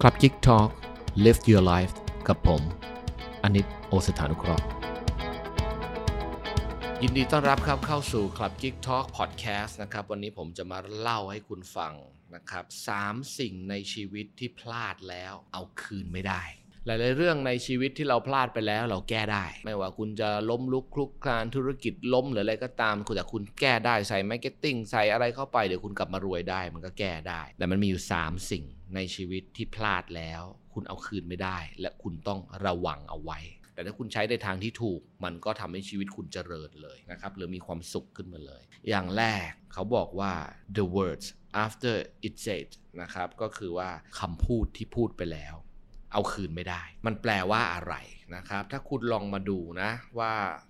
Club Geek Talk Live Your Life กับผมอนิต โอสถานุเคราะห์ยินดีต้อนรับครับเข้าสู่ Club Geek Talk Podcast นะครับวันนี้ผมจะมาเล่าให้คุณฟังนะครับ3สิ่งในชีวิตที่พลาดแล้วเอาคืนไม่ได้หลายๆเรื่องในชีวิตที่เราพลาดไปแล้วเราแก้ได้ไม่ว่าคุณจะล้มลุกคลุกคลานธุรกิจล้มหรืออะไรก็ตามแต่คุณแก้ได้ใส่มาร์เก็ตติ้งใส่อะไรเข้าไปเดี๋ยวคุณกลับมารวยได้มันก็แก้ได้แต่มันมีอยู่3สิ่งในชีวิตที่พลาดแล้วคุณเอาคืนไม่ได้และคุณต้องระวังเอาไว้แต่ถ้าคุณใช้ในทางที่ถูกมันก็ทำให้ชีวิตคุณเจริญเลยนะครับหรือมีความสุขขึ้นมาเลยอย่างแรกเขาบอกว่า the words after it said นะครับก็คือว่าคำพูดที่พูดไปแล้วเอาคืนไม่ได้มันแปลว่าอะไรนะครับถ้าคุณลองมาดูนะว่า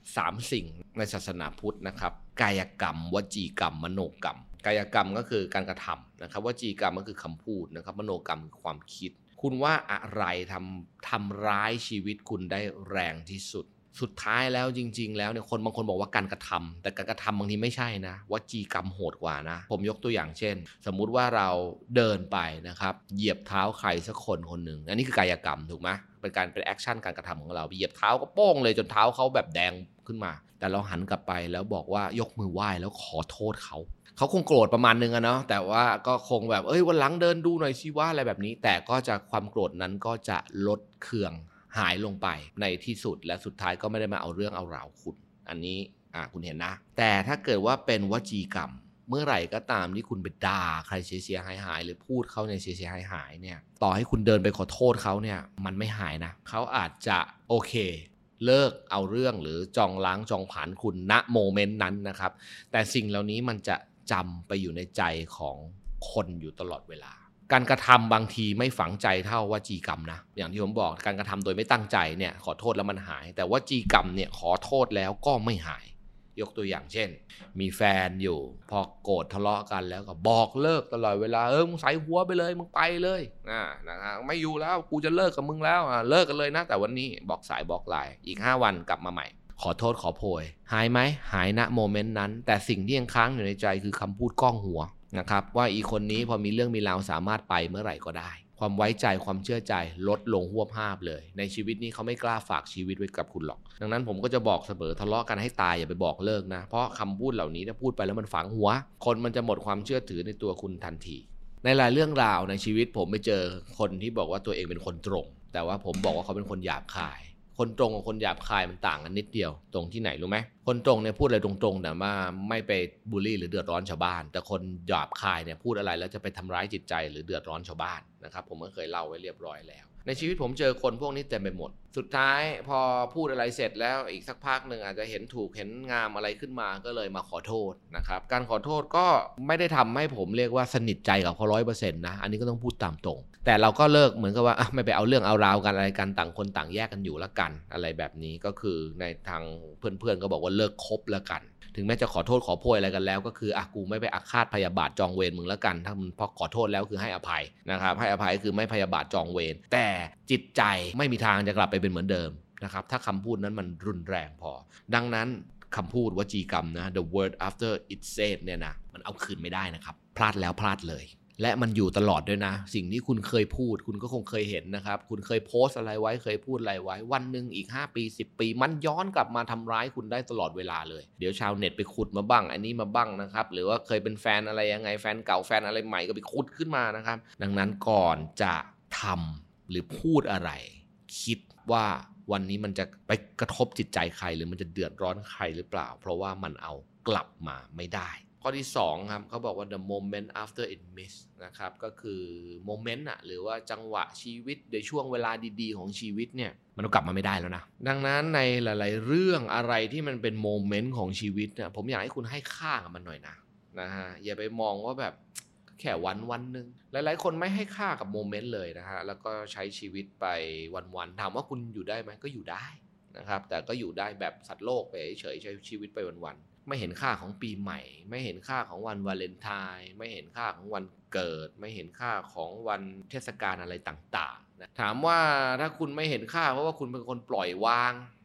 3สิ่งในศาสนาพุทธนะครับกายกรรมวจีกรรมมโนกรรมกายกรรมก็คือการกระทำนะครับวจีกรรมก็คือคำพูดนะครับมโนกรรมคือความคิดคุณว่าอะไรทำร้ายชีวิตคุณได้แรงที่สุดสุดท้ายแล้วจริงๆแล้วเนี่ยคนบางคนบอกว่าการกระทำแต่การกระทำบางทีไม่ใช่นะวจีกรรมโหดกว่านะผมยกตัวอย่างเช่นสมมุติว่าเราเดินไปนะครับเหยียบเท้าใครสักคนหนึ่งอันนี้คือกายกรรมถูกไหมเป็นแอคชั่นการกระทำของเราเหยียบเท้าก็โป้งเลยจนเท้าเขาแบบแดงขึ้นมาแต่เราหันกลับไปแล้วบอกว่ายกมือไหว้แล้วขอโทษเขาคงโกรธประมาณนึงอะเนาะแต่ว่าก็คงแบบวันหลังเดินดูหน่อยสิว่าอะไรแบบนี้แต่ก็จะความโกรธนั้นก็จะลดเคืองหายลงไปในที่สุดและสุดท้ายก็ไม่ได้มาเอาเรื่องเอาราวคุณอันนี้คุณเห็นนะแต่ถ้าเกิดว่าเป็นวจีกรรมเมื่อไหร่ก็ตามที่คุณไปด่าใครเสียหายหรือพูดเขาในเสียหายเนี่ยต่อให้คุณเดินไปขอโทษเขาเนี่ยมันไม่หายนะเขาอาจจะโอเคเลิกเอาเรื่องหรือจองล้างจองผลาญคุณณโมเมนต์นั้นนะครับแต่สิ่งเหล่านี้มันจะจำไปอยู่ในใจของคนอยู่ตลอดเวลาการกระทำบางทีไม่ฝังใจเท่าวจีกรรมนะอย่างที่ผมบอกการกระทำโดยไม่ตั้งใจเนี่ยขอโทษแล้วมันหายแต่วจีกรรมเนี่ยขอโทษแล้วก็ไม่หายยกตัวอย่างเช่นมีแฟนอยู่พอโกรธทะเลาะกันแล้วก็บอกเลิกตลอดเวลามึงใส่หัวไปเลยมึงไปเลยนะครับไม่อยู่แล้วกูจะเลิกกับมึงแล้วเลิกกันเลยนะแต่วันนี้บอกสายบอกไลน์อีก5วันกลับมาใหม่ขอโทษขอโพยหายไหมหายณโมเมนต์นั้นแต่สิ่งที่ยังค้างอยู่ในใจคือคำพูดก้องหัวนะครับว่าอีคนนี้พอมีเรื่องมีราวสามารถไปเมื่อไหร่ก็ได้ความไว้ใจความเชื่อใจลดลงหวบห้าบเลยในชีวิตนี้เขาไม่กล้าฝากชีวิตไว้กับคุณหรอกดังนั้นผมก็จะบอกเสมอทะเลาะกันให้ตายอย่าไปบอกเลิกนะเพราะคำพูดเหล่านี้ถ้าพูดไปแล้วมันฝังหัวคนมันจะหมดความเชื่อถือในตัวคุณทันทีในหลายเรื่องราวในชีวิตผมไปเจอคนที่บอกว่าตัวเองเป็นคนตรงแต่ว่าผมบอกว่าเขาเป็นคนหยาบคายคนตรงกับคนหยาบคายมันต่างกันนิดเดียวตรงที่ไหนรู้ไหมคนตรงเนี่ยพูดอะไรตรงๆแต่ว่าไม่ไปบูลลี่หรือเดือดร้อนชาวบ้านแต่คนหยาบคายเนี่ยพูดอะไรแล้วจะไปทำร้ายจิตใจหรือเดือดร้อนชาวบ้านนะครับผมก็เคยเล่าไว้เรียบร้อยแล้วในชีวิตผมเจอคนพวกนี้เต็มไปหมดสุดท้ายพอพูดอะไรเสร็จแล้วอีกสักพักหนึ่งอาจจะเห็นถูกเห็นงามอะไรขึ้นมาก็เลยมาขอโทษนะครับการขอโทษก็ไม่ได้ทำให้ผมเรียกว่าสนิทใจกับเขา100%นะอันนี้ก็ต้องพูดตามตรงแต่เราก็เลิกเหมือนกับว่าไม่ไปเอาเรื่องเอาราวกันอะไรกันต่างคนต่างแยกกันอยู่ละกันอะไรแบบนี้ก็คือในทางเพื่อนๆก็บอกว่าเลิกคบละกันถึงแม้จะขอโทษขอโพยอะไรกันแล้วก็คือกูไม่ไปอาฆาตพยาบาทจองเวรมึงละกันถ้ามึงพอขอโทษแล้วคือให้อภัยนะครับให้อภัยคือไม่พยาบาทจองเวรแต่จิตใจไม่มีทางจะกลับไปเป็นเหมือนเดิมนะครับถ้าคำพูดนั้นมันรุนแรงพอดังนั้นคำพูดวจีกรรมนะ the word after it said เนี่ยนะมันเอาคืนไม่ได้นะครับพลาดแล้วพลาดเลยและมันอยู่ตลอดด้วยนะสิ่งที่คุณเคยพูดคุณก็คงเคยเห็นนะครับคุณเคยโพสอะไรไว้เคยพูดอะไรไว้วันหนึ่งอีก5 ปี10 ปีมันย้อนกลับมาทำร้ายคุณได้ตลอดเวลาเลยเดี๋ยวชาวเน็ตไปขุดมาบ้างอันนี้มาบ้างนะครับหรือว่าเคยเป็นแฟนอะไรยังไงแฟนเก่าแฟนอะไรใหม่ก็ไปขุดขึ้นมานะครับดังนั้นก่อนจะทำหรือพูดอะไรคิดว่าวันนี้มันจะไปกระทบจิตใจใครหรือมันจะเดือดร้อนใครหรือเปล่าเพราะว่ามันเอากลับมาไม่ได้ข้อที่2ครับเขาบอกว่า the moment after it miss นะครับก็คือโมเมนต์หรือว่าจังหวะชีวิตในช่วงเวลาดีๆของชีวิตเนี่ยมันกลับมาไม่ได้แล้วนะดังนั้นในหลายๆเรื่องอะไรที่มันเป็นโมเมนต์ของชีวิตเนี่ยผมอยากให้คุณให้ค่ากับมันหน่อยนะฮะอย่าไปมองว่าแบบแค่วันนึงหลายๆคนไม่ให้ค่ากับโมเมนต์เลยนะฮะแล้วก็ใช้ชีวิตไปวันๆถามว่าคุณอยู่ได้ไหมก็อยู่ได้นะครับแต่ก็อยู่ได้แบบสัตว์โลกไปเฉยๆใช้ชีวิตไปวันๆไม่เห็นค่าของปีใหม่ไม่เห็นค่าของวันวาเลนไทน์ไม่เห็นค่าของวันเกิดไม่เห็นค่าของวันเทศกาลอะไรต่างๆนะถามว่าถ้าคุณไม่เห็นค่าเพราะว่าคุณเป็นคนปล่อยวาง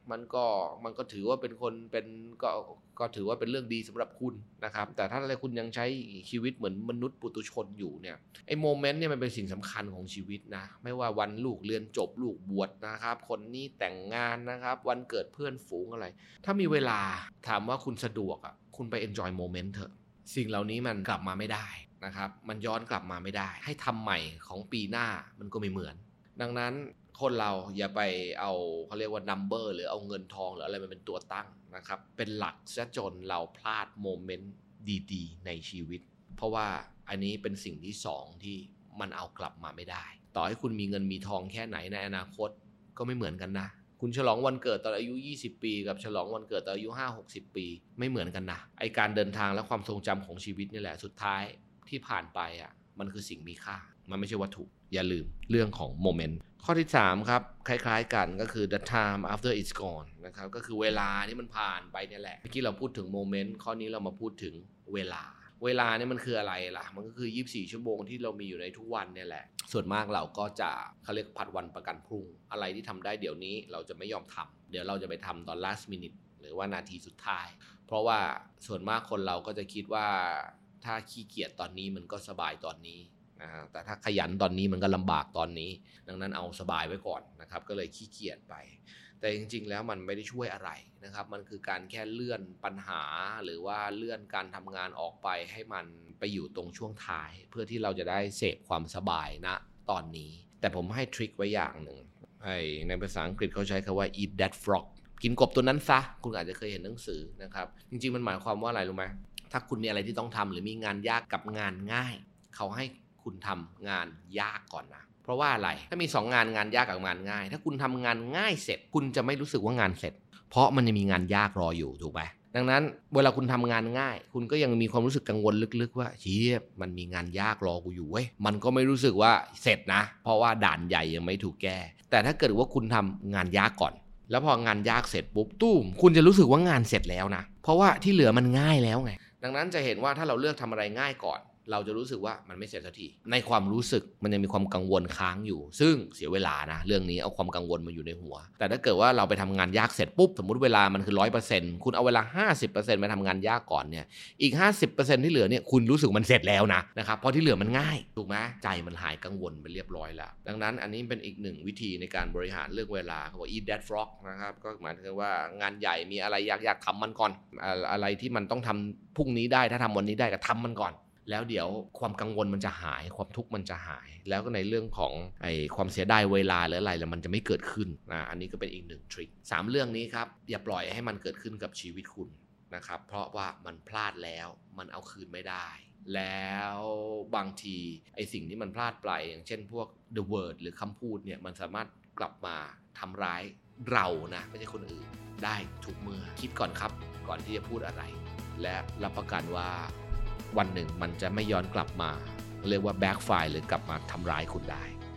มันก็ถือว่าเป็นคนเป็นก็ถือว่าเป็นเรื่องดีสำหรับคุณนะครับแต่ถ้าอะไรคุณยังใช้ชีวิตเหมือนมนุษย์ปุถุชนอยู่เนี่ยไอ้โมเมนต์เนี่ยมันเป็นสิ่งสำคัญของชีวิตนะไม่ว่าวันลูกเรียนจบลูกบวชนะครับคนนี้แต่งงานนะครับวันเกิดเพื่อนฝูงอะไรถ้ามีเวลาถามว่าคุณสะดวกอ่ะคุณไป enjoy moment เถอะสิ่งเหล่านี้มันกลับมาไม่ได้นะครับมันย้อนกลับมาไม่ได้ให้ทำใหม่ของปีหน้ามันก็ไม่เหมือนดังนั้นคนเราอย่าไปเอาเขาเรียกว่า number หรือเอาเงินทองหรืออะไรมันเป็นตัวตั้งนะครับเป็นหลักซะจนเราพลาดโมเมนต์ดีๆในชีวิตเพราะว่าอันนี้เป็นสิ่งที่สองที่มันเอากลับมาไม่ได้ต่อให้คุณมีเงินมีทองแค่ไหนในอนาคตก็ไม่เหมือนกันนะคุณฉลองวันเกิดตอนอายุ20ปีกับฉลองวันเกิดตอนอายุ50-60ปีไม่เหมือนกันนะไอการเดินทางและความทรงจำของชีวิตนี่แหละสุดท้ายที่ผ่านไปอ่ะมันคือสิ่งมีค่ามันไม่ใช่วัตถุอย่าลืมเรื่องของโมเมนต์ข้อที่3ครับคล้ายๆกันก็คือ the time after it's gone นะครับก็คือเวลาที่มันผ่านไปนี่แหละเมื่อกี้เราพูดถึงโมเมนต์ข้อนี้เรามาพูดถึงเวลานี่มันคืออะไรล่ะมันก็คือ24ชั่วโมงที่เรามีอยู่ในทุกวันเนี่ยแหละส่วนมากเราก็จะเขาเรียกผัดวันประกันพรุ่งอะไรที่ทำได้เดี๋ยวนี้เราจะไม่ยอมทำเดี๋ยวเราจะไปทำตอน last minute หรือว่านาทีสุดท้ายเพราะว่าส่วนมากคนเราก็จะคิดว่าถ้าขี้เกียจตอนนี้มันก็สบายตอนนี้แต่ถ้าขยันตอนนี้มันก็ลำบากตอนนี้ดังนั้นเอาสบายไว้ก่อนนะครับก็เลยขี้เกียจไปแต่จริงๆแล้วมันไม่ได้ช่วยอะไรนะครับมันคือการแค่เลื่อนปัญหาหรือว่าเลื่อนการทำงานออกไปให้มันไปอยู่ตรงช่วงท้ายเพื่อที่เราจะได้เสพความสบายณตอนนี้แต่ผมให้ทริคไว้อย่างหนึ่งในภาษาอังกฤษเขาใช้คำว่า eat that frog กินกบตัวนั้นซะคุณอาจจะเคยเห็นหนังสือนะครับจริงๆมันหมายความว่าอะไรรู้ไหมถ้าคุณมีอะไรที่ต้องทำหรือมีงานยากกับงานง่ายเขาให้คุณทำงานยากก่อนนะเพราะว่าอะไรถ้ามี2งานยากกับงานง่ายถ้าคุณทำงานง่ายเสร็จคุณจะไม่รู้สึกว่างานเสร็จเพราะมันยังมีงานยากรออยู่ถูกไหมดังนั้นเวลาคุณทำงานง่ายคุณก็ยังมีความรู้สึกกังวลลึกๆว่าเชี่ยมันมีงานยากรอกูอยู่เว้ยมันก็ไม่รู้สึกว่าเสร็จนะเพราะว่าด่านใหญ่ยังไม่ถูกแก้แต่ถ้าเกิดว่าคุณทำงานยากก่อนแล้วพองานยากเสร็จปุ๊บตุ้มคุณจะรู้สึกว่างานเสร็จแล้วนะเพราะว่าที่เหลือมันง่ายแล้วไงดังนั้นจะเห็นว่าถ้าเราเลือกทำอะไรง่ายก่อนเราจะรู้สึกว่ามันไม่เสร็จสักทีในความรู้สึกมันยังมีความกังวลค้างอยู่ซึ่งเสียเวลานะเรื่องนี้เอาความกังวลมาอยู่ในหัวแต่ถ้าเกิดว่าเราไปทำงานยากเสร็จปุ๊บสมมุติเวลามันคือ 100% คุณเอาเวลา 50% ไปทำงานยากก่อนเนี่ยอีก 50% ที่เหลือเนี่ยคุณรู้สึกมันเสร็จแล้วนะครับเพราะที่เหลือมันง่ายถูกไหมใจมันหายกังวลไปเรียบร้อยแล้วดังนั้นอันนี้เป็นอีกหนึ่งวิธีในการบริหารเรื่องเวลาเขาบอก eat that frog นะครับก็หมายถึงว่างานใหญ่มีอะไรยากๆทำมันก่อนอะไรที่มันต้องทำพรุ่งนี้ได้ถ้าทำวันนี้ได้ก็ทำมันก่อนแล้วเดี๋ยวความกังวลมันจะหายความทุกข์มันจะหายแล้วก็ในเรื่องของความเสียดายเวลาหรืออะไรแล้วมันจะไม่เกิดขึ้นอันนี้ก็เป็นอีกหนึ่งทริค3เรื่องนี้ครับอย่าปล่อยให้มันเกิดขึ้นกับชีวิตคุณนะครับเพราะว่ามันพลาดแล้วมันเอาคืนไม่ได้แล้วบางทีสิ่งที่มันพลาดไปอย่างเช่นพวก the word หรือคำพูดเนี่ยมันสามารถกลับมาทำร้ายเรานะไม่ใช่คนอื่นได้ทุกเมื่อคิดก่อนครับก่อนที่จะพูดอะไรและรับประกันว่าวันหนึ่งมันจะไม่ย้อนกลับมาเรียกว่าแบ็คไฟร์หรือกลับมาทำร้ายคุณได้